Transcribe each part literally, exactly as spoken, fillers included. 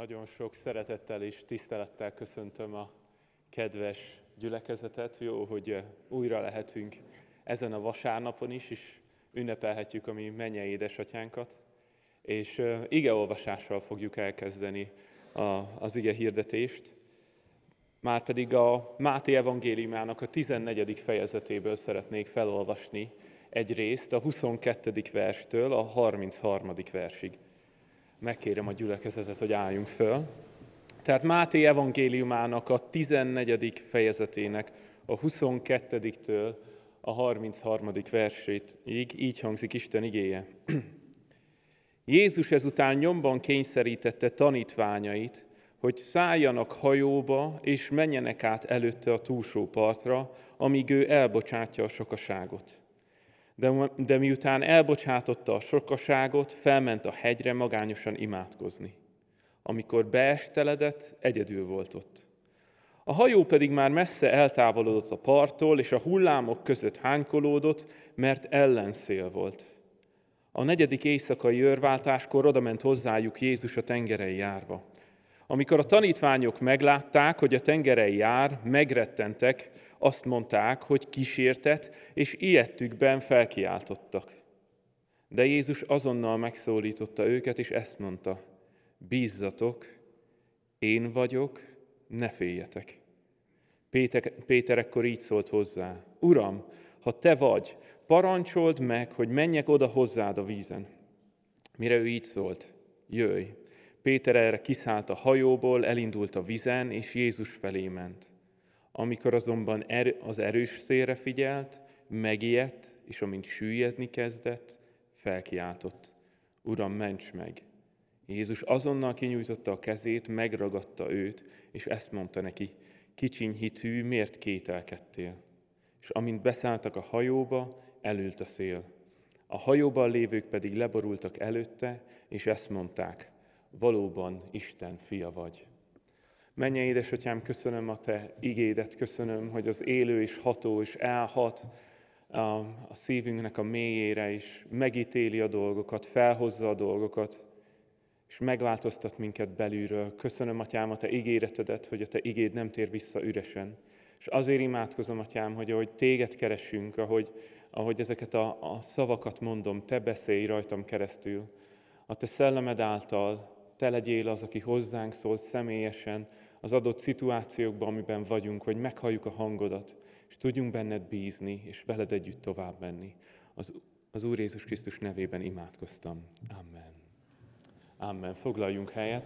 Nagyon sok szeretettel és tisztelettel köszöntöm a kedves gyülekezetet. Jó, hogy újra lehetünk ezen a vasárnapon is, és ünnepelhetjük a mi mennyei édesatyánkat. És igeolvasással fogjuk elkezdeni a, az ige hirdetést. Márpedig a Máté evangéliumának a tizennegyedik fejezetéből szeretnék felolvasni egy részt, a huszonkettedik verstől a harmincharmadik versig. Megkérem a gyülekezetet, hogy álljunk föl. Tehát Máté evangéliumának a tizennegyedik fejezetének a huszonkettediktől a harmincharmadik verséig így hangzik Isten igéje. Jézus ezután nyomban kényszerítette tanítványait, hogy szálljanak hajóba és menjenek át előtte a túlsó partra, amíg ő elbocsátja a sokaságot. De, de miután elbocsátotta a sokaságot, felment a hegyre magányosan imádkozni. Amikor beesteledett, egyedül volt ott. A hajó pedig már messze eltávolodott a parttól, és a hullámok között hánykolódott, mert ellenszél volt. A negyedik éjszakai őrváltáskor odament hozzájuk Jézus a tengeren járva. Amikor a tanítványok meglátták, hogy a tengeren jár, megrettentek, azt mondták, hogy kísértet, és ijedtükben felkiáltottak. De Jézus azonnal megszólította őket, és ezt mondta: bízzatok, én vagyok, ne féljetek. Péter, Péter ekkor így szólt hozzá: Uram, ha te vagy, parancsold meg, hogy menjek oda hozzád a vízen. Mire ő így szólt: jöjj. Péter erre kiszállt a hajóból, elindult a vízen, és Jézus felé ment. Amikor azonban az erős szélre figyelt, megijedt, és amint süllyedni kezdett, felkiáltott: Uram, ments meg! Jézus azonnal kinyújtotta a kezét, megragadta őt, és ezt mondta neki: kicsiny hitű, miért kételkedtél? És amint beszálltak a hajóba, elült a szél. A hajóban lévők pedig leborultak előtte, és ezt mondták: valóban Isten fia vagy. Mennyei édesatyám, köszönöm a te igédet, köszönöm, hogy az élő és ható és elhat a, a szívünknek a mélyére, és megítéli a dolgokat, felhozza a dolgokat, és megváltoztat minket belülről. Köszönöm, atyám, a te ígéretedet, hogy a te igéd nem tér vissza üresen. És azért imádkozom, atyám, hogy ahogy téged keresünk, ahogy, ahogy ezeket a, a szavakat mondom, te beszélj rajtam keresztül. A te szellemed által te legyél az, aki hozzánk szól személyesen az adott szituációkban, amiben vagyunk, hogy meghalljuk a hangodat, és tudjunk benned bízni, és veled együtt tovább menni. Az, az Úr Jézus Krisztus nevében imádkoztam. Amen. Amen. Foglaljunk helyet.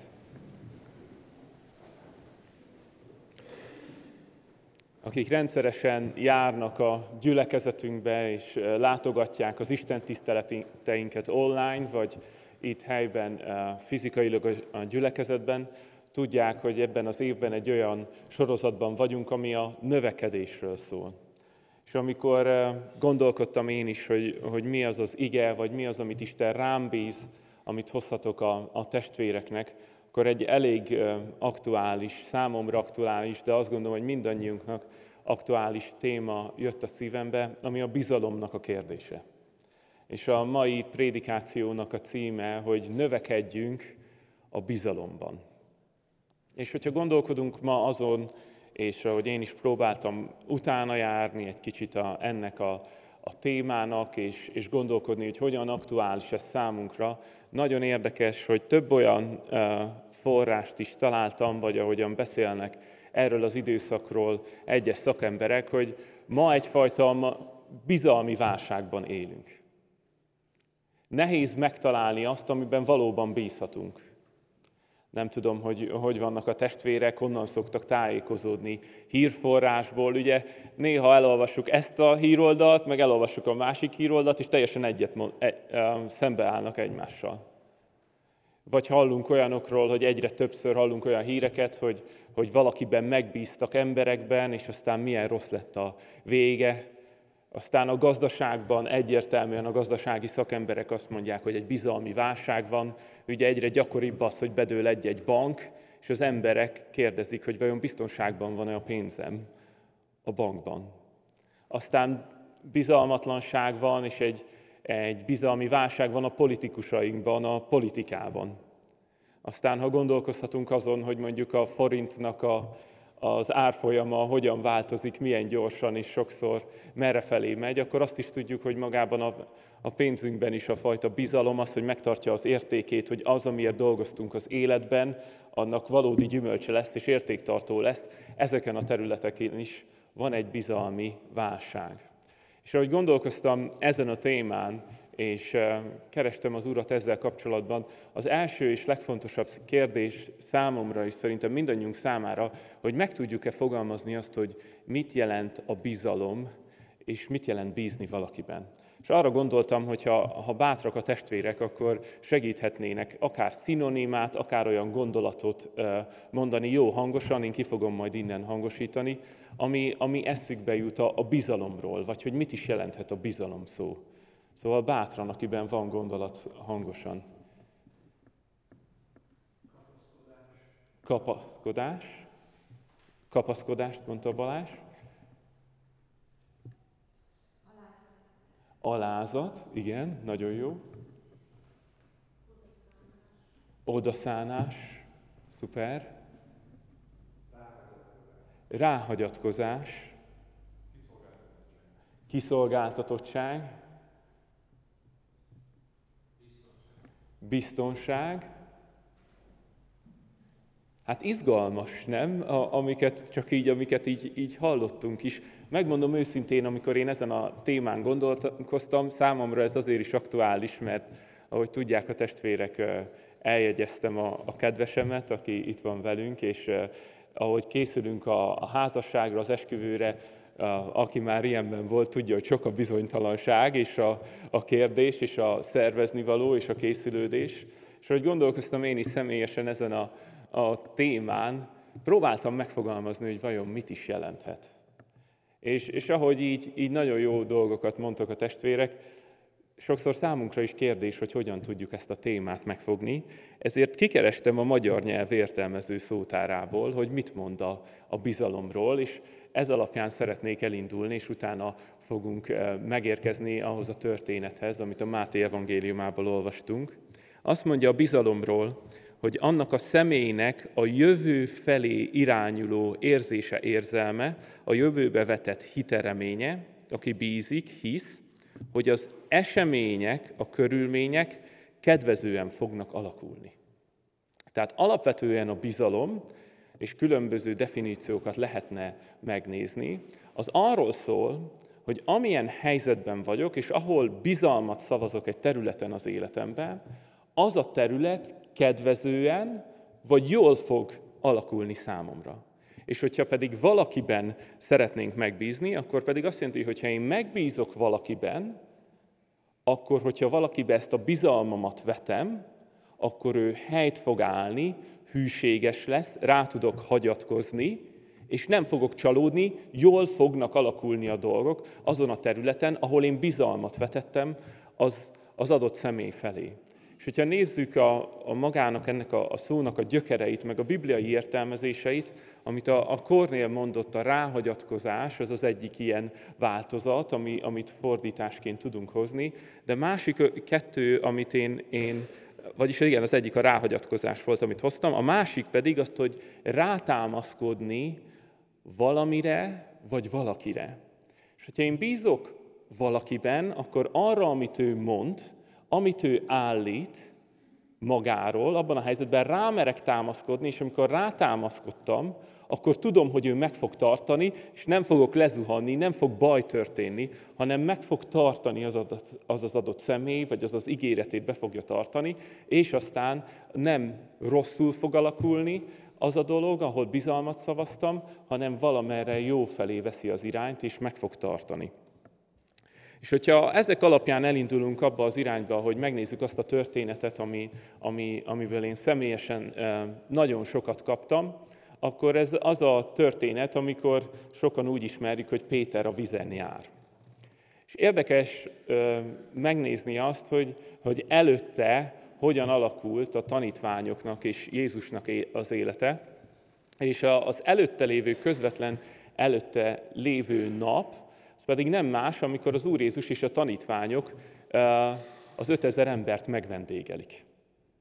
Akik rendszeresen járnak a gyülekezetünkbe, és látogatják az Isten tiszteleteinket online, vagy itt helyben, fizikailag a gyülekezetben, tudják, hogy ebben az évben egy olyan sorozatban vagyunk, ami a növekedésről szól. És amikor gondolkodtam én is, hogy, hogy mi az az ige, vagy mi az, amit Isten rám bíz, amit hozhatok a, a testvéreknek, akkor egy elég aktuális, számomra aktuális, de azt gondolom, hogy mindannyiunknak aktuális téma jött a szívembe, ami a bizalomnak a kérdése. És a mai prédikációnak a címe, hogy növekedjünk a bizalomban. És hogyha gondolkodunk ma azon, és ahogy én is próbáltam utána járni egy kicsit a, ennek a, a témának, és, és gondolkodni, hogy hogyan aktuális ez számunkra, nagyon érdekes, hogy több olyan uh, forrást is találtam, vagy ahogyan beszélnek erről az időszakról egyes szakemberek, hogy ma egyfajta bizalmi válságban élünk. Nehéz megtalálni azt, amiben valóban bízhatunk. Nem tudom, hogy hogy vannak a testvérek, honnan szoktak tájékozódni hírforrásból. Ugye néha elolvassuk ezt a híroldalt, meg elolvassuk a másik híroldalt, és teljesen egyet mond, e, e, szembeállnak egymással. Vagy hallunk olyanokról, hogy egyre többször hallunk olyan híreket, hogy, hogy valakiben megbíztak emberekben, és aztán milyen rossz lett a vége. Aztán a gazdaságban egyértelműen a gazdasági szakemberek azt mondják, hogy egy bizalmi válság van. Ugye egyre gyakoribb az, hogy bedől egy-egy bank, és az emberek kérdezik, hogy vajon biztonságban van-e a pénzem a bankban. Aztán bizalmatlanság van, és egy, egy bizalmi válság van a politikusainkban, a politikában. Aztán, ha gondolkozhatunk azon, hogy mondjuk a forintnak a, az árfolyama hogyan változik, milyen gyorsan és sokszor merre felé megy, akkor azt is tudjuk, hogy magában a, a pénzünkben is a fajta bizalom az, hogy megtartja az értékét, hogy az, amiért dolgoztunk az életben, annak valódi gyümölcse lesz és értéktartó lesz. Ezeken a területeken is van egy bizalmi válság. És ahogy gondolkoztam ezen a témán, és kerestem az Urat ezzel kapcsolatban, az első és legfontosabb kérdés számomra, és szerintem mindannyiunk számára, hogy meg tudjuk-e fogalmazni azt, hogy mit jelent a bizalom, és mit jelent bízni valakiben. És arra gondoltam, hogy ha, ha bátrak a testvérek, akkor segíthetnének akár szinonimát, akár olyan gondolatot mondani jó hangosan, én ki fogom majd innen hangosítani, ami, ami eszükbe jut a, a bizalomról, vagy hogy mit is jelenthet a bizalom szó. Szóval bátran, akiben van gondolat, hangosan. Kapaszkodás. Kapaszkodást mondta Balázs. Alázat, igen, nagyon jó. Odaszánás, szuper. Ráhagyatkozás. Kiszolgáltatottság. Biztonság. Hát izgalmas, nem? A, amiket csak így, amiket így, így hallottunk is. Megmondom őszintén, amikor én ezen a témán gondolkoztam, számomra ez azért is aktuális, mert ahogy tudják a testvérek, eljegyeztem a, a kedvesemet, aki itt van velünk, és ahogy készülünk a, a házasságra, az esküvőre, aki már ilyenben volt, tudja, hogy sok a bizonytalanság, és a, a kérdés, és a szerveznivaló, és a készülődés. És ahogy gondolkoztam én is személyesen ezen a, a témán, próbáltam megfogalmazni, hogy vajon mit is jelenthet. És, és ahogy így, így nagyon jó dolgokat mondtak a testvérek, sokszor számunkra is kérdés, hogy hogyan tudjuk ezt a témát megfogni. Ezért kikerestem a magyar nyelv értelmező szótárából, hogy mit mond a, a bizalomról, és ez alapján szeretnék elindulni, és utána fogunk megérkezni ahhoz a történethez, amit a Máté evangéliumából olvastunk. Azt mondja a bizalomról, hogy annak a személynek a jövő felé irányuló érzése, érzelme, a jövőbe vetett hitereménye, aki bízik, hisz, hogy az események, a körülmények kedvezően fognak alakulni. Tehát alapvetően a bizalom, és különböző definíciókat lehetne megnézni, az arról szól, hogy amilyen helyzetben vagyok, és ahol bizalmat szavazok egy területen az életemben, az a terület kedvezően, vagy jól fog alakulni számomra. És hogyha pedig valakiben szeretnénk megbízni, akkor pedig azt jelenti, hogy ha én megbízok valakiben, akkor, hogyha valakibe ezt a bizalmamat vetem, akkor ő helyt fog állni, hűséges lesz, rá tudok hagyatkozni, és nem fogok csalódni, jól fognak alakulni a dolgok azon a területen, ahol én bizalmat vetettem az, az adott személy felé. És hogyha nézzük a, a magának ennek a, a szónak a gyökereit, meg a bibliai értelmezéseit, amit a, a Kornél mondott, a ráhagyatkozás, az az egyik ilyen változat, ami, amit fordításként tudunk hozni, de másik kettő, amit én, én, vagyis igen, az egyik a ráhagyatkozás volt, amit hoztam, a másik pedig azt, hogy rátámaszkodni valamire, vagy valakire. És hogyha én bízok valakiben, akkor arra, amit ő mond, amit ő állít magáról, abban a helyzetben rámerek támaszkodni, és amikor rátámaszkodtam, akkor tudom, hogy ő meg fog tartani, és nem fogok lezuhanni, nem fog baj történni, hanem meg fog tartani az adott, az, az adott személy, vagy az az ígéretét be fogja tartani, és aztán nem rosszul fog alakulni az a dolog, ahol bizalmat szavaztam, hanem valamerre jó felé veszi az irányt, és meg fog tartani. És hogyha ezek alapján elindulunk abba az irányba, hogy megnézzük azt a történetet, ami, ami, amiből én személyesen nagyon sokat kaptam, akkor ez az a történet, amikor sokan úgy ismerjük, hogy Péter a vízen jár. És érdekes megnézni azt, hogy, hogy előtte hogyan alakult a tanítványoknak és Jézusnak az élete, és az előtte lévő, közvetlen előtte lévő nap, az pedig nem más, amikor az Úr Jézus és a tanítványok az ötezer embert megvendégelik.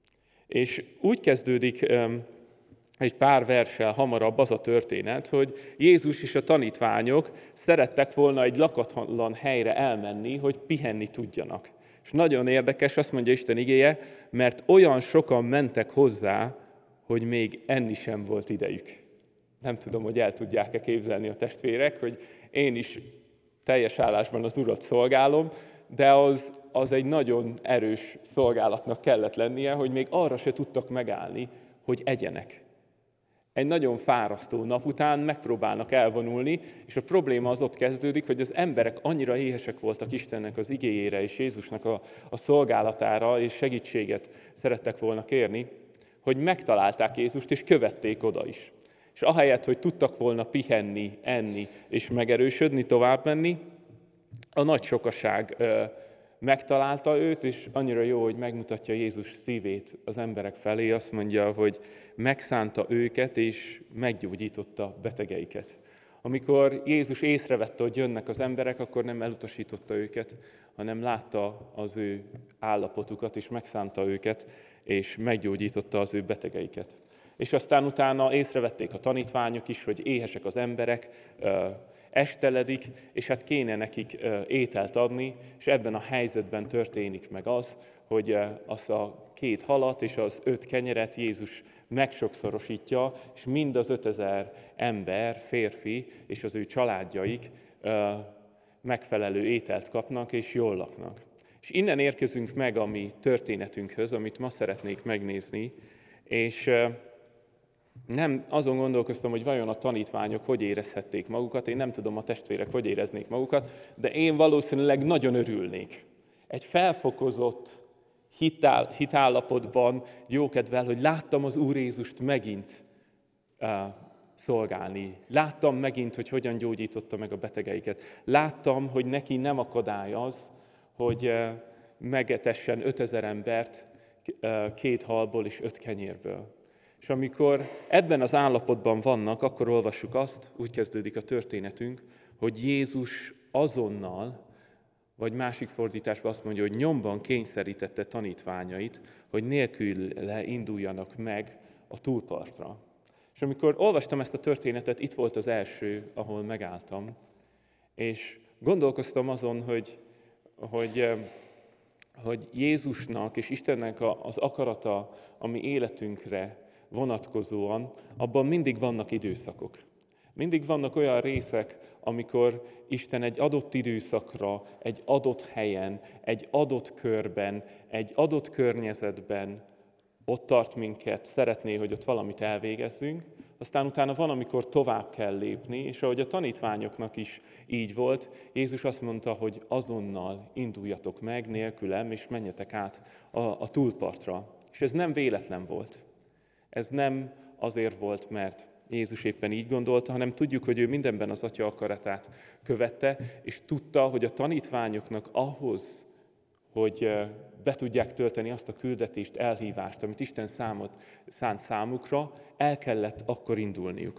És úgy kezdődik egy pár verssel hamarabb az a történet, hogy Jézus és a tanítványok szerettek volna egy lakatlan helyre elmenni, hogy pihenni tudjanak. És nagyon érdekes, azt mondja Isten igéje, mert olyan sokan mentek hozzá, hogy még enni sem volt idejük. Nem tudom, hogy el tudják-e képzelni a testvérek, hogy én is teljes állásban az Urat szolgálom, de az, az egy nagyon erős szolgálatnak kellett lennie, hogy még arra se tudtak megállni, hogy egyenek. Egy nagyon fárasztó nap után megpróbálnak elvonulni, és a probléma az ott kezdődik, hogy az emberek annyira éhesek voltak Istennek az igéjére és Jézusnak a, a szolgálatára, és segítséget szerettek volna kérni, hogy megtalálták Jézust, és követték oda is. És ahelyett, hogy tudtak volna pihenni, enni és megerősödni, tovább menni, a nagy sokaság ö, megtalálta őt, és annyira jó, hogy megmutatja Jézus szívét az emberek felé, azt mondja, hogy megszánta őket, és meggyógyította betegeiket. Amikor Jézus észrevette, hogy jönnek az emberek, akkor nem elutasította őket, hanem látta az ő állapotukat, és megszánta őket, és meggyógyította az ő betegeiket. És aztán utána észrevették a tanítványok is, hogy éhesek az emberek, esteledik, és hát kéne nekik ételt adni, és ebben a helyzetben történik meg az, hogy az a két halat és az öt kenyeret Jézus megsokszorosítja, és mind az ötezer ember, férfi és az ő családjaik megfelelő ételt kapnak, és jól laknak. És innen érkezünk meg a mi történetünkhöz, amit ma szeretnék megnézni, és nem azon gondolkoztam, hogy vajon a tanítványok hogy érezhették magukat, én nem tudom, a testvérek hogy éreznék magukat, de én valószínűleg nagyon örülnék. Egy felfokozott hitál, hitállapotban, jókedvel, hogy láttam az Úr Jézust megint uh, szolgálni. Láttam megint, hogy hogyan gyógyította meg a betegeiket. Láttam, hogy neki nem akadály az, hogy uh, megetessen ötezer embert uh, két halból és öt kenyérből. És amikor ebben az állapotban vannak, akkor olvassuk azt, úgy kezdődik a történetünk, hogy Jézus azonnal, vagy másik fordításban azt mondja, hogy nyomban kényszerítette tanítványait, hogy nélküle induljanak meg a túlpartra. És amikor olvastam ezt a történetet, itt volt az első, ahol megálltam, és gondolkoztam azon, hogy, hogy, hogy Jézusnak és Istennek az akarata a mi életünkre vonatkozóan, abban mindig vannak időszakok. Mindig vannak olyan részek, amikor Isten egy adott időszakra, egy adott helyen, egy adott körben, egy adott környezetben ott tart minket, szeretné, hogy ott valamit elvégezzünk, aztán utána van, amikor tovább kell lépni, és ahogy a tanítványoknak is így volt, Jézus azt mondta, hogy azonnal induljatok meg nélkülem, és menjetek át a, a túlpartra. És ez nem véletlen volt. Ez nem azért volt, mert Jézus éppen így gondolta, hanem tudjuk, hogy ő mindenben az Atya akaratát követte, és tudta, hogy a tanítványoknak ahhoz, hogy be tudják tölteni azt a küldetést, elhívást, amit Isten számot, szánt számukra, el kellett akkor indulniuk.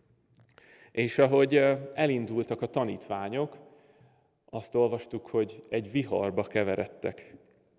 És ahogy elindultak a tanítványok, azt olvastuk, hogy egy viharba keveredtek.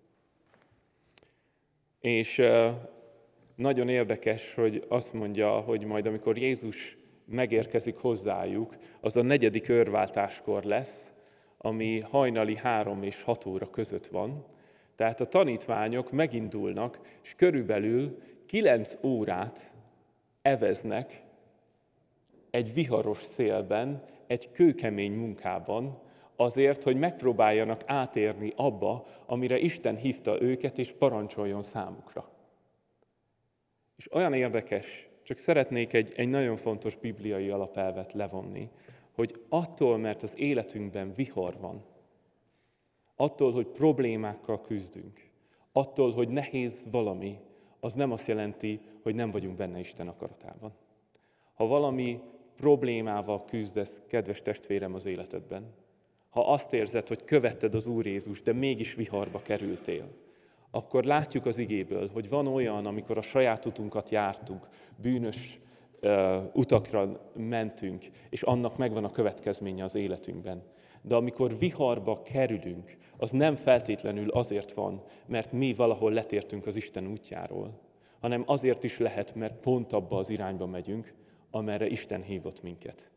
És nagyon érdekes, hogy azt mondja, hogy majd amikor Jézus megérkezik hozzájuk, az a negyedik őrváltáskor lesz, ami hajnali három és hat óra között van. Tehát a tanítványok megindulnak, és körülbelül kilenc órát eveznek egy viharos szélben, egy kőkemény munkában, azért, hogy megpróbáljanak átérni abba, amire Isten hívta őket, és parancsoljon számukra. És olyan érdekes, csak szeretnék egy, egy nagyon fontos bibliai alapelvet levonni, hogy attól, mert az életünkben vihar van, attól, hogy problémákkal küzdünk, attól, hogy nehéz valami, az nem azt jelenti, hogy nem vagyunk benne Isten akaratában. Ha valami problémával küzdesz, kedves testvérem, az életedben, ha azt érzed, hogy követted az Úr Jézus, de mégis viharba kerültél, akkor látjuk az igéből, hogy van olyan, amikor a saját utunkat jártunk, bűnös uh, utakra mentünk, és annak megvan a következménye az életünkben. De amikor viharba kerülünk, az nem feltétlenül azért van, mert mi valahol letértünk az Isten útjáról, hanem azért is lehet, mert pont abba az irányba megyünk, amerre Isten hívott minket.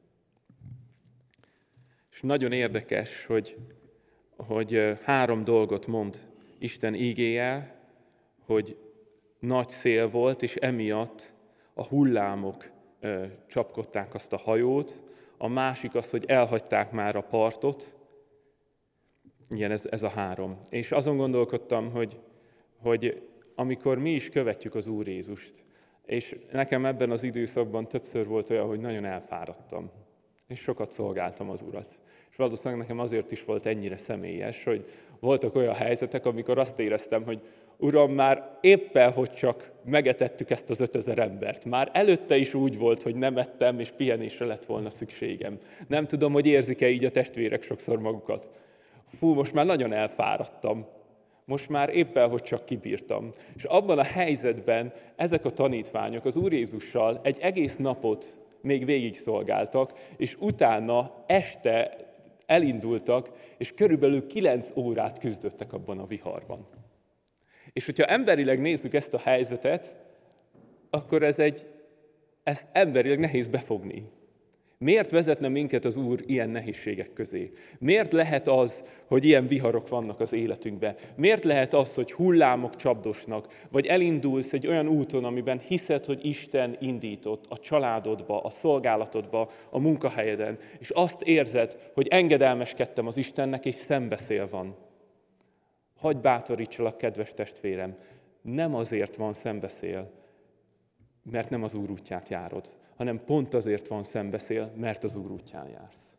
És nagyon érdekes, hogy, hogy három dolgot mond Isten ígéje, hogy nagy szél volt, és emiatt a hullámok ö, csapkodták azt a hajót. A másik az, hogy elhagyták már a partot. Igen, ez, ez a három. És azon gondolkodtam, hogy, hogy amikor mi is követjük az Úr Jézust, és nekem ebben az időszakban többször volt olyan, hogy nagyon elfáradtam, és sokat szolgáltam az Urat. És valószínűleg nekem azért is volt ennyire személyes, hogy voltak olyan helyzetek, amikor azt éreztem, hogy Uram, már éppen, hogy csak megetettük ezt az ötezer embert. Már előtte is úgy volt, hogy nem ettem, és pihenésre lett volna szükségem. Nem tudom, hogy érzik-e így a testvérek sokszor magukat. Fú, most már nagyon elfáradtam. Most már éppen, hogy csak kibírtam. És abban a helyzetben ezek a tanítványok az Úr Jézussal egy egész napot még végig szolgáltak, és utána este elindultak, és körülbelül kilenc órát küzdöttek abban a viharban. És hogyha emberileg nézzük ezt a helyzetet, akkor ez egy, ezt emberileg nehéz befogni. Miért vezetne minket az Úr ilyen nehézségek közé? Miért lehet az, hogy ilyen viharok vannak az életünkben? Miért lehet az, hogy hullámok csapdosnak, vagy elindulsz egy olyan úton, amiben hiszed, hogy Isten indított a családodba, a szolgálatodba, a munkahelyeden, és azt érzed, hogy engedelmeskedtem az Istennek, és szembeszél van. Hadd bátorítsalak, kedves testvérem, nem azért van szembeszél, mert nem az Úr útját járod, hanem pont azért van szembeszél, mert az Úr útján jársz.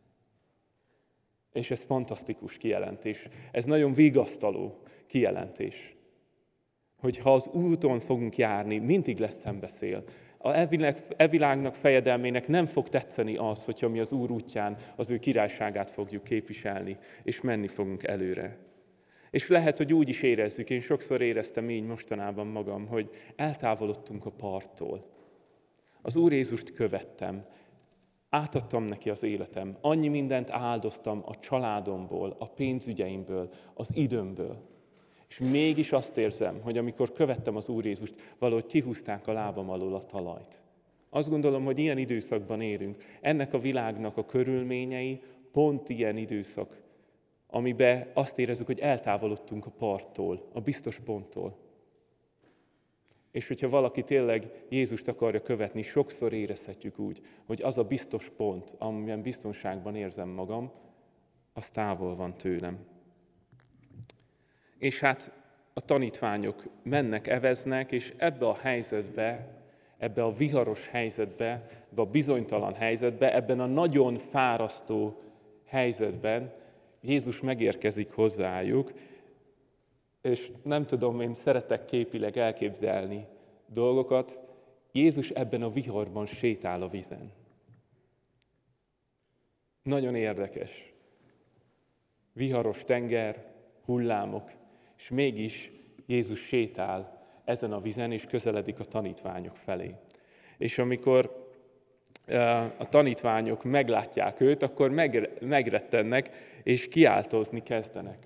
És ez fantasztikus kijelentés. Ez nagyon vigasztaló kijelentés. Hogy ha az úton fogunk járni, mindig lesz szembeszél. A e világnak, fejedelmének nem fog tetszeni az, hogyha mi az Úr útján az ő királyságát fogjuk képviselni, és menni fogunk előre. És lehet, hogy úgy is érezzük, én sokszor éreztem így mostanában magam, hogy eltávolodtunk a parttól. Az Úr Jézust követtem, átadtam neki az életem, annyi mindent áldoztam a családomból, a pénzügyeimből, az időmből. És mégis azt érzem, hogy amikor követtem az Úr Jézust, valahogy kihúzták a lábam alól a talajt. Azt gondolom, hogy ilyen időszakban élünk. Ennek a világnak a körülményei pont ilyen időszak, amiben azt érezzük, hogy eltávolodtunk a parttól, a biztos ponttól. És hogyha valaki tényleg Jézust akarja követni, sokszor érezhetjük úgy, hogy az a biztos pont, amiben biztonságban érzem magam, az távol van tőlem. És hát a tanítványok mennek, eveznek, és ebbe a helyzetbe, ebbe a viharos helyzetbe, ebbe a bizonytalan helyzetbe, ebben a nagyon fárasztó helyzetben Jézus megérkezik hozzájuk, és nem tudom, én szeretek képileg elképzelni dolgokat, Jézus ebben a viharban sétál a vízen. Nagyon érdekes. Viharos tenger, hullámok, és mégis Jézus sétál ezen a vízen, és közeledik a tanítványok felé. És amikor a tanítványok meglátják őt, akkor megrettennek, és kiáltozni kezdenek.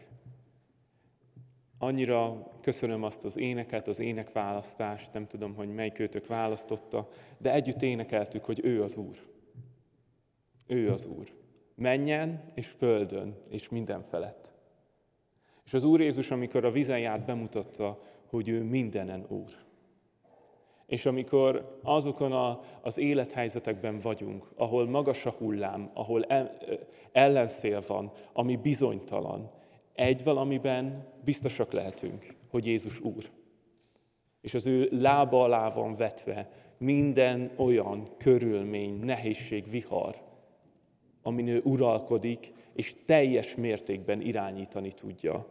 Annyira köszönöm azt az éneket, az énekválasztást, nem tudom, hogy melyik őtök választotta, de együtt énekeltük, hogy ő az Úr. Ő az Úr. Mennyen és földön, és minden felett. És az Úr Jézus, amikor a vízen járt, bemutatta, hogy ő mindenen Úr. És amikor azokon a, az élethelyzetekben vagyunk, ahol magas a hullám, ahol ellenszél van, ami bizonytalan, egy valamiben biztosak lehetünk, hogy Jézus Úr. És az ő lába alá van vetve minden olyan körülmény, nehézség, vihar, amin ő uralkodik, és teljes mértékben irányítani tudja.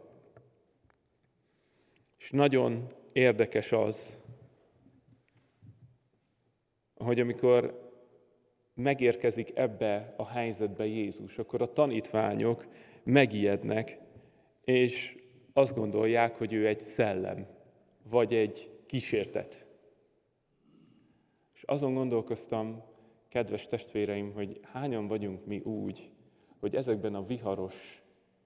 És nagyon érdekes az, hogy amikor megérkezik ebbe a helyzetbe Jézus, akkor a tanítványok megijednek, és azt gondolják, hogy ő egy szellem, vagy egy kísértet. És azon gondolkoztam, kedves testvéreim, hogy hányan vagyunk mi úgy, hogy ezekben a viharos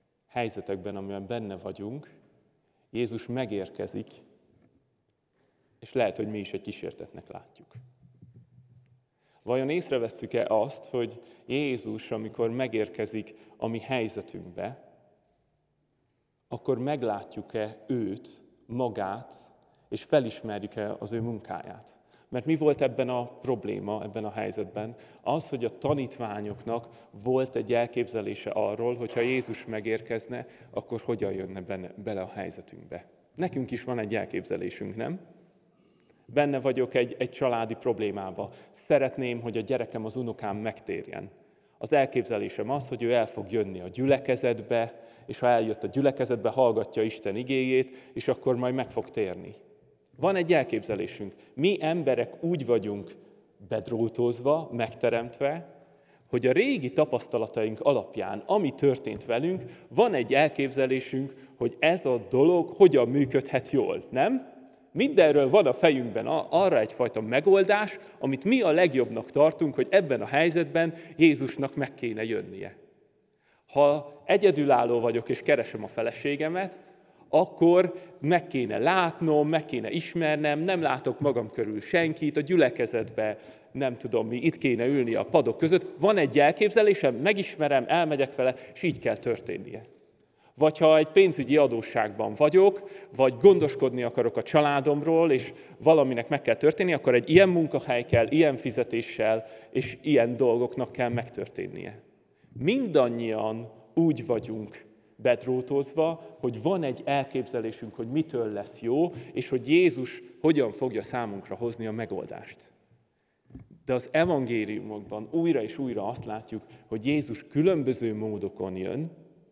helyzetekben, amiben benne vagyunk, Jézus megérkezik, És lehet, hogy mi is egy kísértetnek látjuk. Vajon észrevesszük-e azt, hogy Jézus, amikor megérkezik a mi helyzetünkbe, akkor meglátjuk-e őt, magát, és felismerjük-e az ő munkáját? Mert mi volt ebben a probléma, ebben a helyzetben? Az, hogy a tanítványoknak volt egy elképzelése arról, hogy ha Jézus megérkezne, akkor hogyan jönne benne, bele a helyzetünkbe. Nekünk is van egy elképzelésünk, nem? Benne vagyok egy, egy családi problémába. Szeretném, hogy a gyerekem, az unokám megtérjen. Az elképzelésem az, hogy ő el fog jönni a gyülekezetbe, és ha eljött a gyülekezetbe, hallgatja Isten igéjét, és akkor majd meg fog térni. Van egy elképzelésünk. Mi emberek úgy vagyunk bedrótozva, megteremtve, hogy a régi tapasztalataink alapján, ami történt velünk, van egy elképzelésünk, hogy ez a dolog hogyan működhet jól, nem? Mindenről van a fejünkben arra egyfajta megoldás, amit mi a legjobbnak tartunk, hogy ebben a helyzetben Jézusnak meg kéne jönnie. Ha egyedülálló vagyok és keresem a feleségemet, akkor meg kéne látnom, meg kéne ismernem, nem látok magam körül senkit, a gyülekezetbe nem tudom mi, itt kéne ülni a padok között. Van egy elképzelésem, megismerem, elmegyek vele, és így kell történnie. Vagy ha egy pénzügyi adósságban vagyok, vagy gondoskodni akarok a családomról, és valaminek meg kell történnie, akkor egy ilyen munkahely kell, ilyen fizetéssel, és ilyen dolgoknak kell megtörténnie. Mindannyian úgy vagyunk bedrótozva, hogy van egy elképzelésünk, hogy mitől lesz jó, és hogy Jézus hogyan fogja számunkra hozni a megoldást. De az evangéliumokban újra és újra azt látjuk, hogy Jézus különböző módokon jön,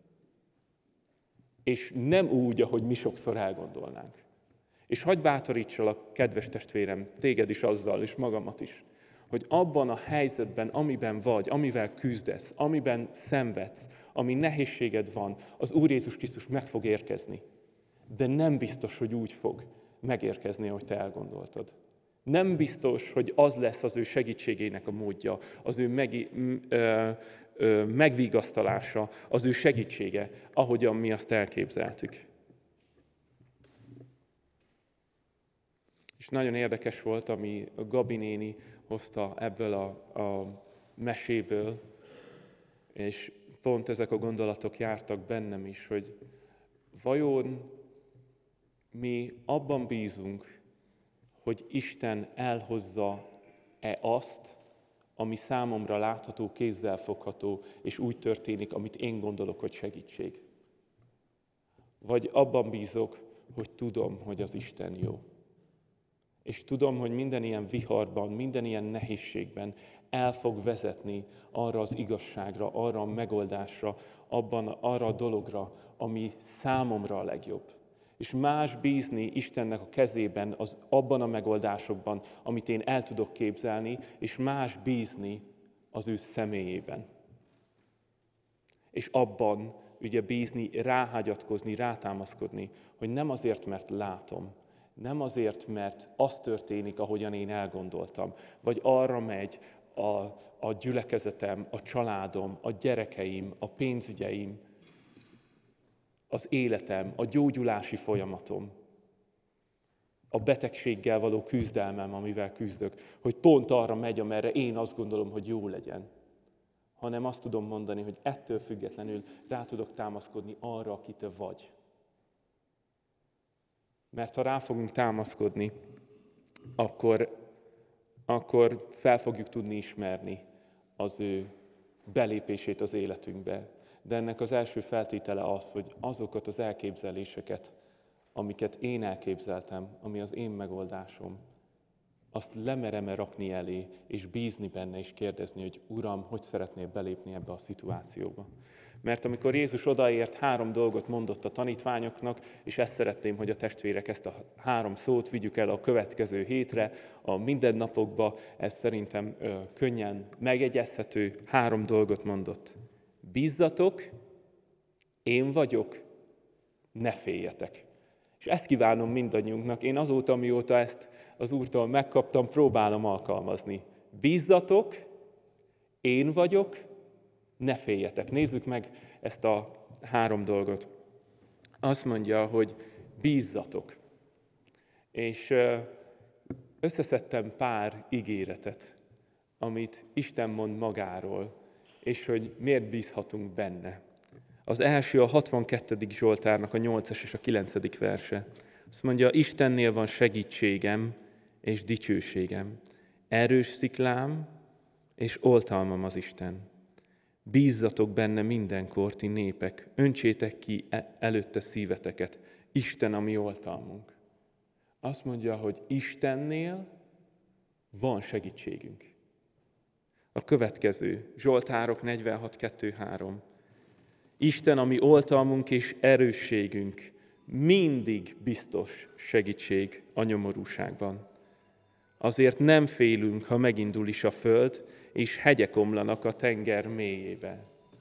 és nem úgy, ahogy mi sokszor elgondolnánk. És hadd bátorítsalak, kedves testvérem, téged is azzal, és magamat is, hogy abban a helyzetben, amiben vagy, amivel küzdesz, amiben szenvedsz, ami nehézséged van, az Úr Jézus Krisztus meg fog érkezni. De nem biztos, hogy úgy fog megérkezni, ahogy te elgondoltad. Nem biztos, hogy az lesz az ő segítségének a módja, az ő megi, ö, ö, megvigasztalása, az ő segítsége, ahogyan mi azt elképzeltük. És nagyon érdekes volt, ami a Gabi néni hozta ebből a, a meséből, és pont ezek a gondolatok jártak bennem is, hogy vajon mi abban bízunk, hogy Isten elhozza-e azt, ami számomra látható, kézzelfogható, és úgy történik, amit én gondolok, hogy segítség. Vagy abban bízok, hogy tudom, hogy az Isten jó. És tudom, hogy minden ilyen viharban, minden ilyen nehézségben el fog vezetni arra az igazságra, arra a megoldásra, abban, arra a dologra, ami számomra a legjobb. És más bízni Istennek a kezében, az, abban a megoldásokban, amit én el tudok képzelni, és más bízni az ő személyében. És abban ugye bízni, ráhagyatkozni, rátámaszkodni, hogy nem azért, mert látom, nem azért, mert az történik, ahogyan én elgondoltam, vagy arra megy a, a gyülekezetem, a családom, a gyerekeim, a pénzügyeim, az életem, a gyógyulási folyamatom, a betegséggel való küzdelmem, amivel küzdök, hogy pont arra megy, amerre én azt gondolom, hogy jó legyen, hanem azt tudom mondani, hogy ettől függetlenül rá tudok támaszkodni arra, aki te vagy. Mert ha rá fogunk támaszkodni, akkor, akkor fel fogjuk tudni ismerni az ő belépését az életünkbe. De ennek az első feltétele az, hogy azokat az elképzeléseket, amiket én elképzeltem, ami az én megoldásom, azt lemerem-e rakni elé, és bízni benne, és kérdezni, hogy Uram, hogy szeretnél belépni ebbe a szituációba. Mert amikor Jézus odaért, három dolgot mondott a tanítványoknak, és ezt szeretném, hogy a testvérek ezt a három szót vigyük el a következő hétre, a mindennapokba, ez szerintem ö, könnyen megegyezhető, három dolgot mondott. Bízzatok, én vagyok, ne féljetek. És ezt kívánom mindannyiunknak. Én azóta, mióta ezt az Úrtól megkaptam, próbálom alkalmazni. Bízzatok, én vagyok, ne féljetek. Nézzük meg ezt a három dolgot. Azt mondja, hogy bízzatok. És összeszedtem pár ígéretet, amit Isten mond magáról, és hogy miért bízhatunk benne. Az első a hatvankettedik Zsoltárnak a nyolcas és a kilencedik verse. Azt mondja, Istennél van segítségem és dicsőségem, erős sziklám és oltalmam az Isten. Bízzatok benne mindenkor, ti népek, öntsétek ki előtte szíveteket, Isten a mi oltalmunk. Azt mondja, hogy Istennél van segítségünk. A következő, Zsoltárok negyvenhat kettő három. Isten a mi oltalmunk és erősségünk, mindig biztos segítség a nyomorúságban. Azért nem félünk, ha megindul is a föld, és hegyek omlanak a tenger mélyébe.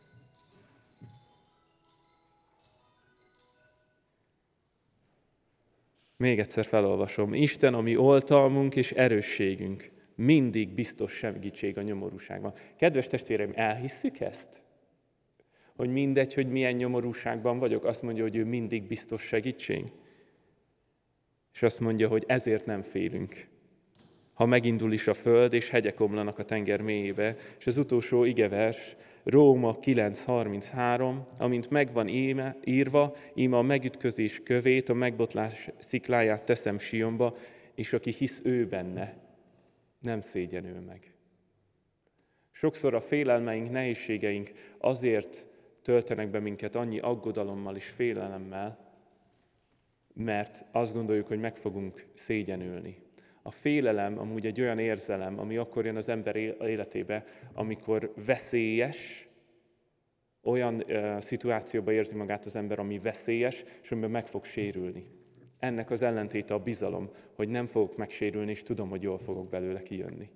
Még egyszer felolvasom. Isten a mi oltalmunk és erősségünk, mindig biztos segítség a nyomorúságban. Kedves testvéreim, elhisszük ezt? Hogy mindegy, hogy milyen nyomorúságban vagyok, azt mondja, hogy ő mindig biztos segítség. És azt mondja, hogy ezért nem félünk. Ha megindul is a föld, és hegyek omlanak a tenger mélyébe. És az utolsó igevers, Róma kilenc harminchárom, amint megvan íme, írva, íme a megütközés kövét, a megbotlás szikláját teszem Sionba, és aki hisz ő benne, nem szégyenül meg. Sokszor a félelmeink, nehézségeink azért töltenek be minket annyi aggodalommal és félelemmel, mert azt gondoljuk, hogy meg fogunk szégyenülni. A félelem amúgy egy olyan érzelem, ami akkor jön az ember életébe, amikor veszélyes, olyan uh, szituációban érzi magát az ember, ami veszélyes, és amiben meg fog sérülni. Ennek az ellentéte a bizalom, hogy nem fogok megsérülni, és tudom, hogy jól fogok belőle kijönni.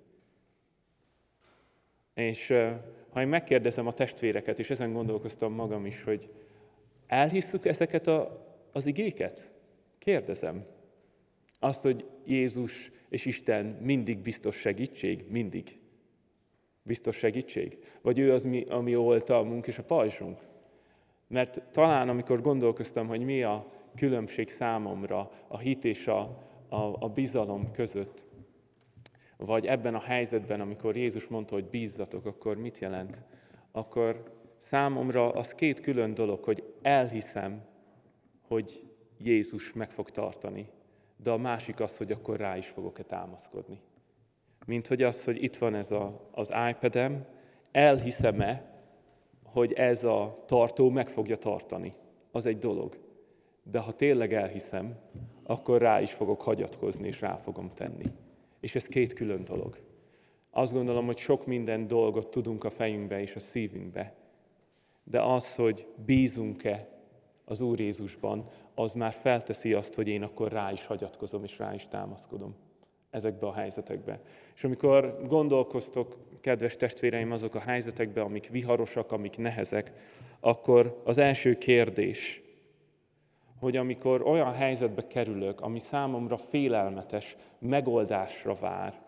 És uh, ha én megkérdezem a testvéreket, és ezen gondolkoztam magam is, hogy elhisszük ezeket a, az igéket? Kérdezem. Azt, hogy Jézus és Isten mindig biztos segítség, mindig biztos segítség? Vagy ő az, mi, ami oltalmunk és a pajzsunk? Mert talán, amikor gondolkoztam, hogy mi a különbség számomra a hit és a, a, a bizalom között, vagy ebben a helyzetben, amikor Jézus mondta, hogy bízzatok, akkor mit jelent? Akkor számomra az két külön dolog, hogy elhiszem, hogy Jézus meg fog tartani, de a másik az, hogy akkor rá is fogok-e támaszkodni. Mint hogy az, hogy itt van ez a, az iPad-em, elhiszem-e, hogy ez a tartó meg fogja tartani. Az egy dolog. De ha tényleg elhiszem, akkor rá is fogok hagyatkozni, és rá fogom tenni. És ez két külön dolog. Azt gondolom, hogy sok minden dolgot tudunk a fejünkbe és a szívünkbe. De az, hogy bízunk-e az Úr Jézusban, az már felteszi azt, hogy én akkor rá is hagyatkozom, és rá is támaszkodom ezekbe a helyzetekbe. És amikor gondolkoztok, kedves testvéreim, azok a helyzetekbe, amik viharosak, amik nehezek, akkor az első kérdés, hogy amikor olyan helyzetbe kerülök, ami számomra félelmetes, megoldásra vár,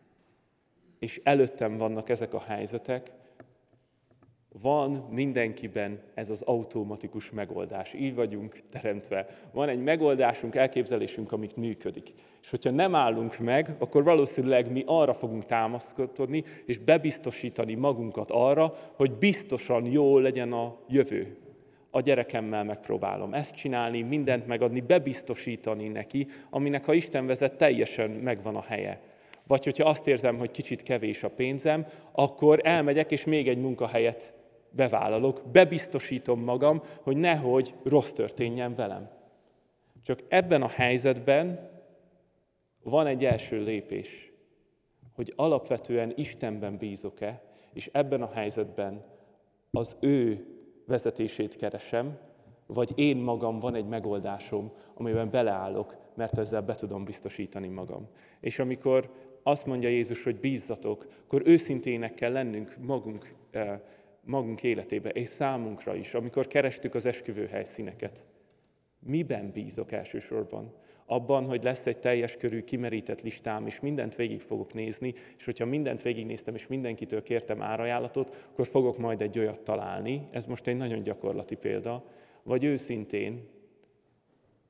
és előttem vannak ezek a helyzetek, van mindenkiben ez az automatikus megoldás. Így vagyunk teremtve. Van egy megoldásunk, elképzelésünk, amit működik. És hogyha nem állunk meg, akkor valószínűleg mi arra fogunk támaszkodni, és bebiztosítani magunkat arra, hogy biztosan jól legyen a jövő. A gyerekemmel megpróbálom ezt csinálni, mindent megadni, bebiztosítani neki, aminek, ha Isten vezet, teljesen megvan a helye. Vagy hogyha azt érzem, hogy kicsit kevés a pénzem, akkor elmegyek, és még egy munkahelyet bevállalok, bebiztosítom magam, hogy nehogy rossz történjen velem. Csak ebben a helyzetben van egy első lépés, hogy alapvetően Istenben bízok-e, és ebben a helyzetben az ő vezetését keresem, vagy én magam van egy megoldásom, amiben beleállok, mert ezzel be tudom biztosítani magam. És amikor azt mondja Jézus, hogy bízzatok, akkor őszintének kell lennünk magunk, magunk életébe, és számunkra is, amikor kerestük az esküvő helyszíneket. Miben bízok elsősorban? Abban, hogy lesz egy teljes körű kimerített listám, és mindent végig fogok nézni, és hogyha mindent végignéztem, és mindenkitől kértem árajánlatot, akkor fogok majd egy olyat találni. Ez most egy nagyon gyakorlati példa. Vagy őszintén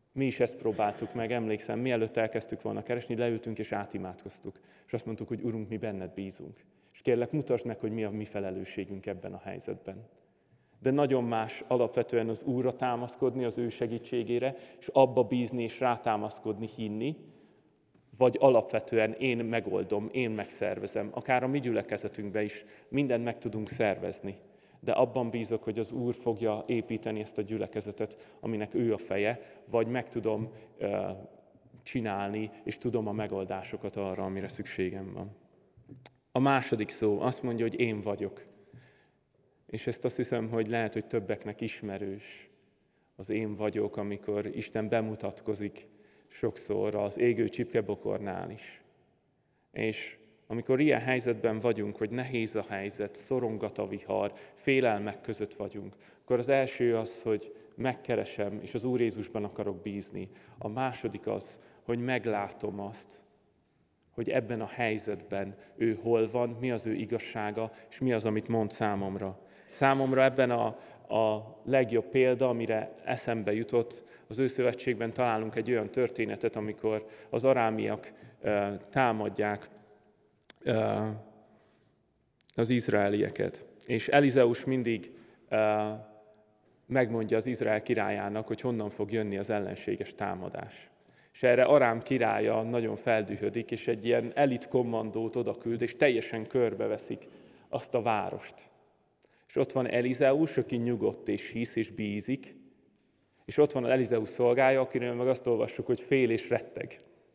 Mi is ezt próbáltuk meg, emlékszem, mielőtt elkezdtük volna keresni, leültünk és átimádkoztuk. És azt mondtuk, hogy Urunk, mi benned bízunk. És kérlek, mutasd meg, hogy mi a mi felelősségünk ebben a helyzetben. De nagyon más alapvetően az Úrra támaszkodni, az ő segítségére, és abba bízni és rátámaszkodni, hinni, vagy alapvetően én megoldom, én megszervezem. Akár a mi gyülekezetünkben is mindent meg tudunk szervezni. De abban bízok, hogy az Úr fogja építeni ezt a gyülekezetet, aminek ő a feje, vagy meg tudom uh, csinálni, és tudom a megoldásokat arra, amire szükségem van. A második szó azt mondja, hogy én vagyok. És ezt azt hiszem, hogy lehet, hogy többeknek ismerős. Az én vagyok, amikor Isten bemutatkozik sokszor az égő csipkebokornál is. És amikor ilyen helyzetben vagyunk, hogy nehéz a helyzet, szorongat a vihar, félelmek között vagyunk, akkor az első az, hogy megkeresem, és az Úr Jézusban akarok bízni. A második az, hogy meglátom azt, hogy ebben a helyzetben ő hol van, mi az ő igazsága, és mi az, amit mond számomra. Számomra ebben a, a legjobb példa, amire eszembe jutott, az Őszövetségben találunk egy olyan történetet, amikor az arámiak uh, támadják uh, az izraelieket. És Elizeus mindig uh, megmondja az Izrael királyának, hogy honnan fog jönni az ellenséges támadás. És erre Arám királya nagyon feldühödik, és egy ilyen elit kommandót odaküld, és teljesen körbeveszik azt a várost. És ott van Elizeus, aki nyugodt és hisz és bízik, és ott van az Elizeus szolgája, akiről meg azt olvassuk, hogy fél és retteg.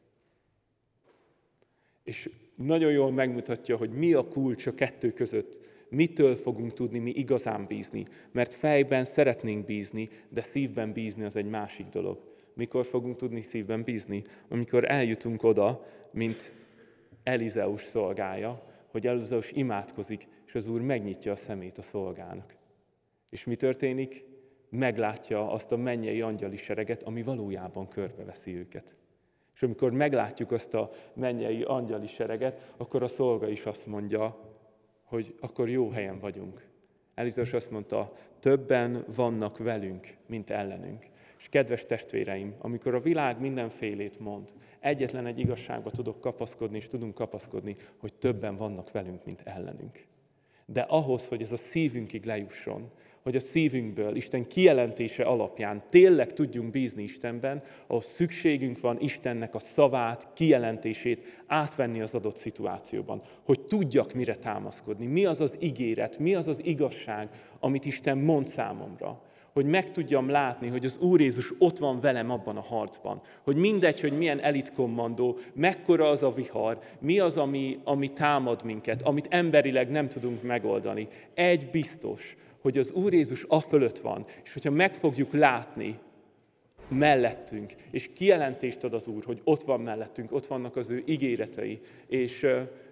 És nagyon jól megmutatja, hogy mi a kulcs a kettő között. Mitől fogunk tudni mi igazán bízni? Mert fejben szeretnénk bízni, de szívben bízni az egy másik dolog. Mikor fogunk tudni szívben bízni? Amikor eljutunk oda, mint Elizeus szolgája, hogy Elizeus imádkozik, és az Úr megnyitja a szemét a szolgának. És mi történik? Meglátja azt a mennyei angyali sereget, ami valójában körbeveszi őket. És amikor meglátjuk azt a mennyei angyali sereget, akkor a szolga is azt mondja, hogy akkor jó helyen vagyunk. Elizeus azt mondta, többen vannak velünk, mint ellenünk. És kedves testvéreim, amikor a világ mindenfélét mond, egyetlen egy igazságba tudok kapaszkodni, és tudunk kapaszkodni, hogy többen vannak velünk, mint ellenünk. De ahhoz, hogy ez a szívünkig lejusson, hogy a szívünkből Isten kijelentése alapján tényleg tudjunk bízni Istenben, ahhoz szükségünk van Istennek a szavát, kijelentését átvenni az adott szituációban, hogy tudjak mire támaszkodni, mi az az ígéret, mi az az igazság, amit Isten mond számomra, hogy meg tudjam látni, hogy az Úr Jézus ott van velem abban a harcban, hogy mindegy, hogy milyen elitkommandó, mekkora az a vihar, mi az, ami, ami támad minket, amit emberileg nem tudunk megoldani. Egy biztos, hogy az Úr Jézus a fölött van, és hogyha meg fogjuk látni mellettünk, és kijelentést ad az Úr, hogy ott van mellettünk, ott vannak az ő ígéretei, és,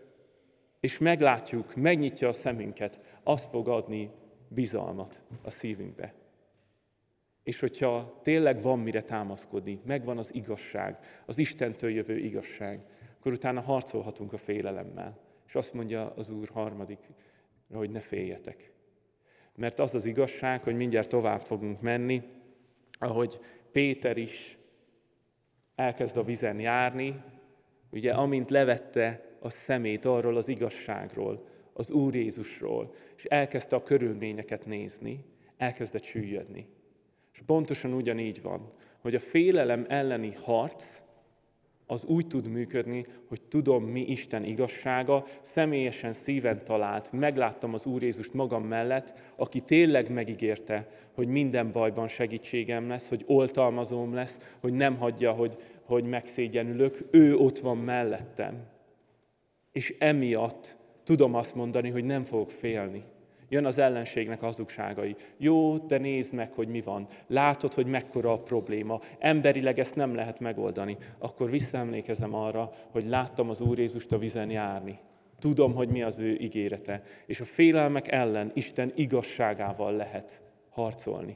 és meglátjuk, megnyitja a szemünket, az fog adni bizalmat a szívünkbe. És hogyha tényleg van mire támaszkodni, megvan az igazság, az Istentől jövő igazság, akkor utána harcolhatunk a félelemmel. És azt mondja az Úr harmadik, hogy ne féljetek. Mert az az igazság, hogy mindjárt tovább fogunk menni, ahogy Péter is elkezd a vizen járni, ugye amint levette a szemét arról az igazságról, az Úr Jézusról, és elkezdte a körülményeket nézni, elkezdett süllyedni. És pontosan ugyanígy van, hogy a félelem elleni harc az úgy tud működni, hogy tudom, mi Isten igazsága, személyesen szíven talált, megláttam az Úr Jézust magam mellett, aki tényleg megígérte, hogy minden bajban segítségem lesz, hogy oltalmazóm lesz, hogy nem hagyja, hogy, hogy megszégyenülök, ő ott van mellettem. És emiatt tudom azt mondani, hogy nem fogok félni. Jön az ellenségnek a hazugságai. Jó, de nézd meg, hogy mi van. Látod, hogy mekkora a probléma. Emberileg ezt nem lehet megoldani. Akkor visszaemlékezem arra, hogy láttam az Úr Jézust a vizen járni. Tudom, hogy mi az ő ígérete. És a félelmek ellen Isten igazságával lehet harcolni.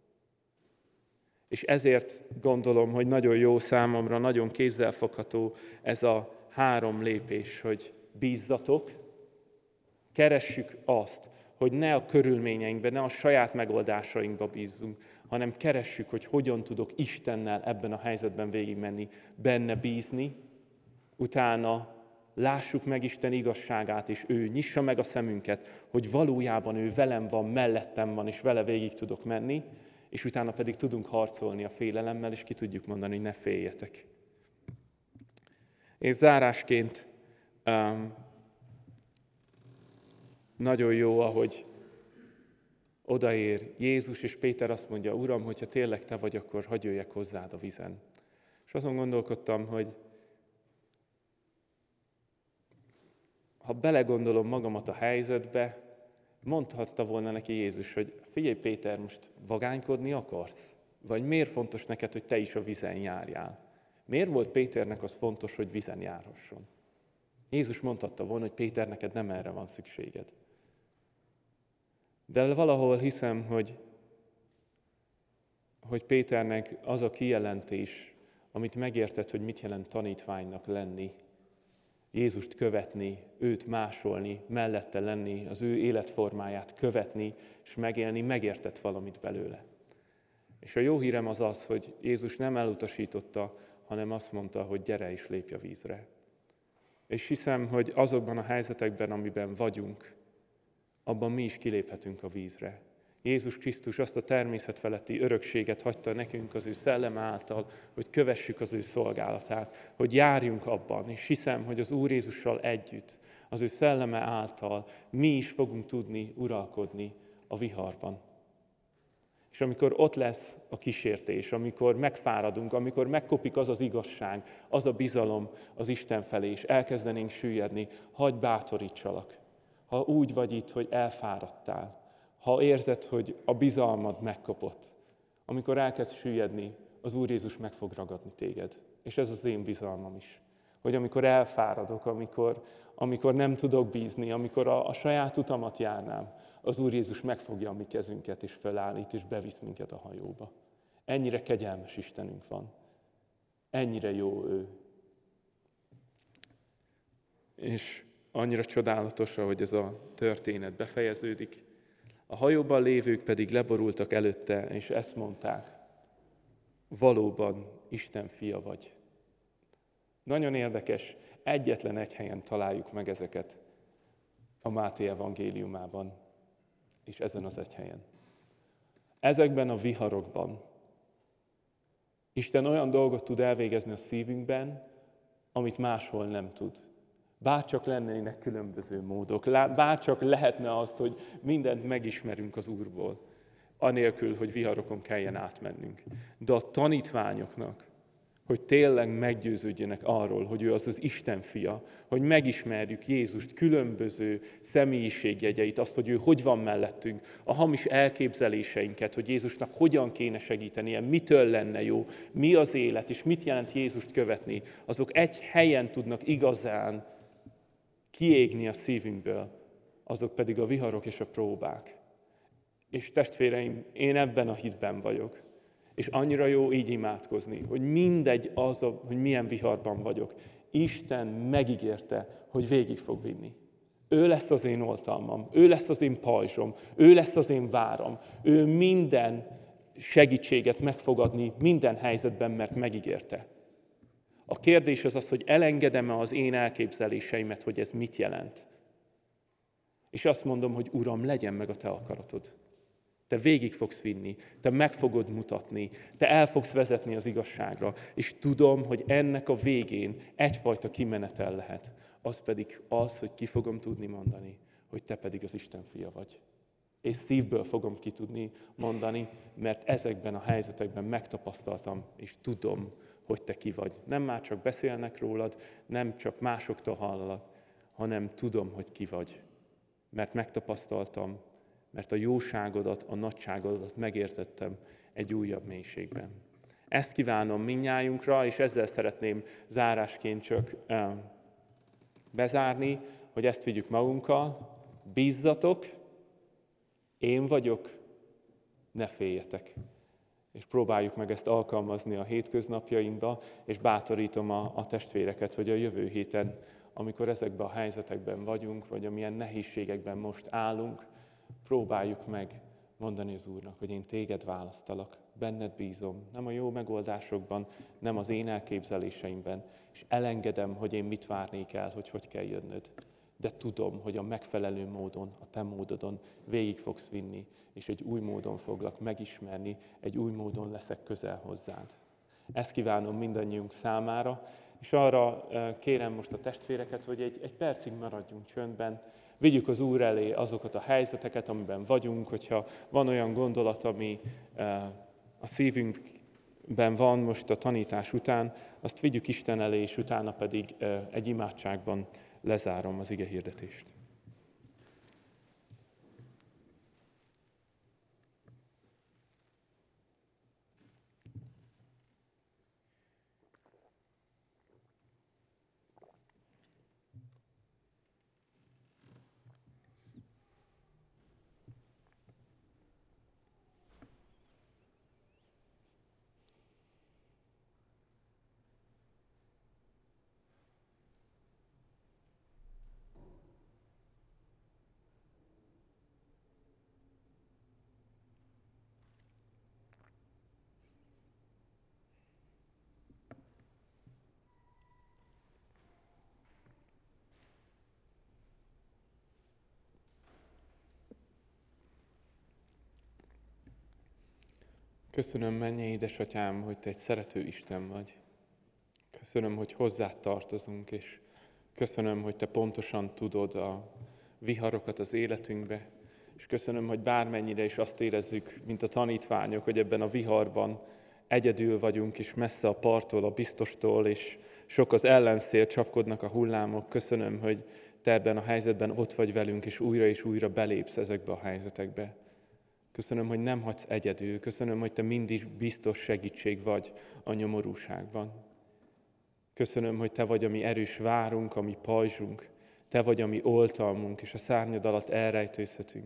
És ezért gondolom, hogy nagyon jó számomra, nagyon kézzelfogható ez a három lépés, hogy bízzatok, keressük azt, hogy ne a körülményeinkben, ne a saját megoldásainkba bízzunk, hanem keressük, hogy hogyan tudok Istennel ebben a helyzetben végigmenni, benne bízni, utána lássuk meg Isten igazságát, és ő nyissa meg a szemünket, hogy valójában ő velem van, mellettem van, és vele végig tudok menni, és utána pedig tudunk harcolni a félelemmel, és ki tudjuk mondani, hogy ne féljetek. És zárásként um, nagyon jó, ahogy odaér Jézus, és Péter azt mondja, Uram, hogyha tényleg te vagy, akkor hadd jöjjek hozzád a vízen. És azon gondolkodtam, hogy ha belegondolom magamat a helyzetbe, mondhatta volna neki Jézus, hogy figyelj Péter, most vagánykodni akarsz? Vagy miért fontos neked, hogy te is a vízen járjál? Miért volt Péternek az fontos, hogy vízen járhasson? Jézus mondhatta volna, hogy Péter, neked nem erre van szükséged. De valahol hiszem, hogy, hogy Péternek az a kijelentés, amit megértett, hogy mit jelent tanítványnak lenni, Jézust követni, őt másolni, mellette lenni, az ő életformáját követni, és megélni, megértett valamit belőle. És a jó hírem az az, hogy Jézus nem elutasította, hanem azt mondta, hogy gyere és lépj a vízre. És hiszem, hogy azokban a helyzetekben, amiben vagyunk, abban mi is kiléphetünk a vízre. Jézus Krisztus azt a természetfeletti örökséget hagyta nekünk az ő szelleme által, hogy kövessük az ő szolgálatát, hogy járjunk abban, és hiszem, hogy az Úr Jézussal együtt, az ő szelleme által mi is fogunk tudni uralkodni a viharban. És amikor ott lesz a kísértés, amikor megfáradunk, amikor megkopik az az igazság, az a bizalom az Isten felé, és elkezdenénk süllyedni, hadd bátorítsalak. Ha úgy vagy itt, hogy elfáradtál, ha érzed, hogy a bizalmad megkopott, amikor elkezd süllyedni, az Úr Jézus meg fog ragadni téged. És ez az én bizalmam is. Hogy amikor elfáradok, amikor, amikor nem tudok bízni, amikor a, a saját utamat járnám, az Úr Jézus megfogja a mi kezünket, és felállít, és bevisz minket a hajóba. Ennyire kegyelmes Istenünk van. Ennyire jó ő. És annyira csodálatos, hogy ez a történet befejeződik. A hajóban lévők pedig leborultak előtte, és ezt mondták, valóban Isten fia vagy. Nagyon érdekes, egyetlen egy helyen találjuk meg ezeket a Máté evangéliumában, és ezen az egy helyen. Ezekben a viharokban Isten olyan dolgot tud elvégezni a szívünkben, amit máshol nem tud. Bárcsak lennének különböző módok, bárcsak lehetne azt, hogy mindent megismerünk az Úrból, anélkül, hogy viharokon kelljen átmennünk. De a tanítványoknak, hogy tényleg meggyőződjenek arról, hogy ő az az Isten fia, hogy megismerjük Jézust különböző személyiségjegyeit, azt, hogy ő hogy van mellettünk, a hamis elképzeléseinket, hogy Jézusnak hogyan kéne segítenie, mitől lenne jó, mi az élet, és mit jelent Jézust követni, azok egy helyen tudnak igazán kiégni a szívünkből, azok pedig a viharok és a próbák. És testvéreim, én ebben a hitben vagyok. És annyira jó így imádkozni, hogy mindegy az, hogy milyen viharban vagyok. Isten megígérte, hogy végig fog vinni. Ő lesz az én oltalmam, ő lesz az én pajzsom, ő lesz az én váram. Ő minden segítséget meg fog adni minden helyzetben, mert megígérte. A kérdés az az, hogy elengedem-e az én elképzeléseimet, hogy ez mit jelent. És azt mondom, hogy Uram, legyen meg a te akaratod. Te végig fogsz vinni, te meg fogod mutatni, te el fogsz vezetni az igazságra, és tudom, hogy ennek a végén egyfajta kimenetel lehet. Az pedig az, hogy ki fogom tudni mondani, hogy te pedig az Isten fia vagy. És szívből fogom ki tudni mondani, mert ezekben a helyzetekben megtapasztaltam, és tudom, hogy te ki vagy. Nem már csak beszélnek rólad, nem csak másoktól hallalak, hanem tudom, hogy ki vagy. Mert megtapasztaltam, mert a jóságodat, a nagyságodat megértettem egy újabb mélységben. Ezt kívánom mindnyájunkra, és ezzel szeretném zárásként csak bezárni, hogy ezt vigyük magunkkal. Bízzatok, én vagyok, ne féljetek. És próbáljuk meg ezt alkalmazni a hétköznapjainkba, és bátorítom a, a testvéreket, hogy a jövő héten, amikor ezekben a helyzetekben vagyunk, vagy amilyen nehézségekben most állunk, próbáljuk meg mondani az Úrnak, hogy én téged választalak, benned bízom, nem a jó megoldásokban, nem az én elképzeléseimben, és elengedem, hogy én mit várnék el, hogy hogy kell jönnöd. De tudom, hogy a megfelelő módon, a te módodon végig fogsz vinni, és egy új módon foglak megismerni, egy új módon leszek közel hozzád. Ezt kívánom mindannyiunk számára, és arra kérem most a testvéreket, hogy egy, egy percig maradjunk csöndben, vigyük az Úr elé azokat a helyzeteket, amiben vagyunk, hogyha van olyan gondolat, ami a szívünkben van most a tanítás után, azt vigyük Isten elé, és utána pedig egy imádságban lezárom az ige hirdetést. Köszönöm, mennyei édesatyám, hogy te egy szerető Isten vagy. Köszönöm, hogy hozzád tartozunk, és köszönöm, hogy te pontosan tudod a viharokat az életünkbe, és köszönöm, hogy bármennyire is azt érezzük, mint a tanítványok, hogy ebben a viharban egyedül vagyunk, és messze a parttól, a biztostól, és sok az ellenszél, csapkodnak a hullámok. Köszönöm, hogy te ebben a helyzetben ott vagy velünk, és újra és újra belépsz ezekbe a helyzetekbe. Köszönöm, hogy nem hagysz egyedül. Köszönöm, hogy te mindig biztos segítség vagy a nyomorúságban. Köszönöm, hogy te vagy a mi erős várunk, a mi pajzsunk. Te vagy a mi oltalmunk, és a szárnyad alatt elrejtőzhetünk.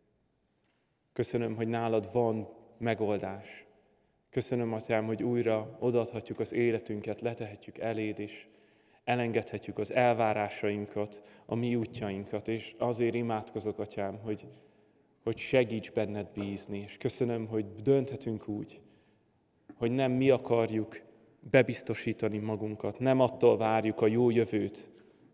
Köszönöm, hogy nálad van megoldás. Köszönöm, Atyám, hogy újra odaadhatjuk az életünket, letehetjük eléd, és elengedhetjük az elvárásainkat, a mi útjainkat, és azért imádkozok, Atyám, hogy hogy segíts benned bízni, és köszönöm, hogy dönthetünk úgy, hogy nem mi akarjuk bebiztosítani magunkat, nem attól várjuk a jó jövőt,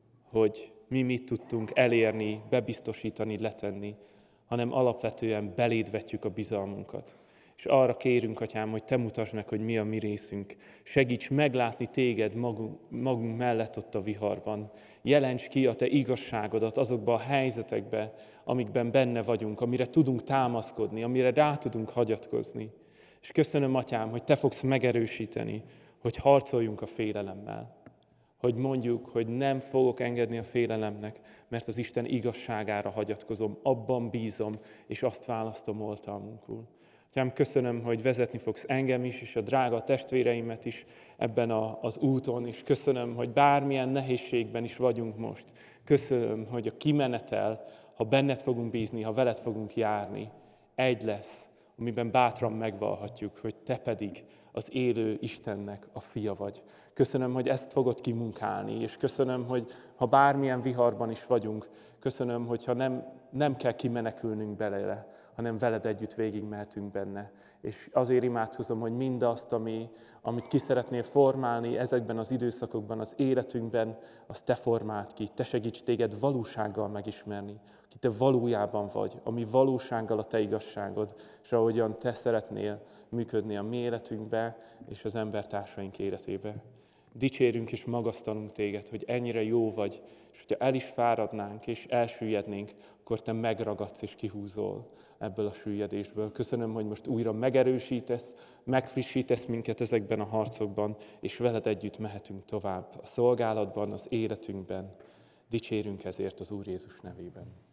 hogy mi mit tudtunk elérni, bebiztosítani, letenni, hanem alapvetően beléd vetjük a bizalmunkat. És arra kérünk, Atyám, hogy te mutasd meg, hogy mi a mi részünk. Segíts meglátni téged magunk, magunk mellett ott a viharban. Jelents ki a te igazságodat azokba a helyzetekbe, amikben benne vagyunk, amire tudunk támaszkodni, amire rá tudunk hagyatkozni. És köszönöm, Atyám, hogy te fogsz megerősíteni, hogy harcoljunk a félelemmel. Hogy mondjuk, hogy nem fogok engedni a félelemnek, mert az Isten igazságára hagyatkozom, abban bízom, és azt választom oltalmunkul. Atyám, köszönöm, hogy vezetni fogsz engem is, és a drága testvéreimet is ebben a, az úton, és köszönöm, hogy bármilyen nehézségben is vagyunk most. Köszönöm, hogy a kimenetel, ha benned fogunk bízni, ha veled fogunk járni, egy lesz, amiben bátran megvallhatjuk, hogy te pedig az élő Istennek a fia vagy. Köszönöm, hogy ezt fogod kimunkálni, és köszönöm, hogy ha bármilyen viharban is vagyunk, köszönöm, hogyha nem, nem kell kimenekülnünk belőle, hanem veled együtt végigmehetünk benne. És azért imádkozom, hogy mindazt, ami, amit ki szeretnél formálni ezekben az időszakokban, az életünkben, azt te formáld ki. Te segíts téged valósággal megismerni, ki te valójában vagy, ami valósággal a te igazságod, és ahogyan te szeretnél működni a mi életünkbe és az embertársaink életébe. Dicsérünk és magasztalunk téged, hogy ennyire jó vagy, és hogyha el is fáradnánk és elsüllyednénk, akkor te megragadsz és kihúzol ebből a süllyedésből. Köszönöm, hogy most újra megerősítesz, megfrissítesz minket ezekben a harcokban, és veled együtt mehetünk tovább a szolgálatban, az életünkben. Dicsérünk ezért az Úr Jézus nevében.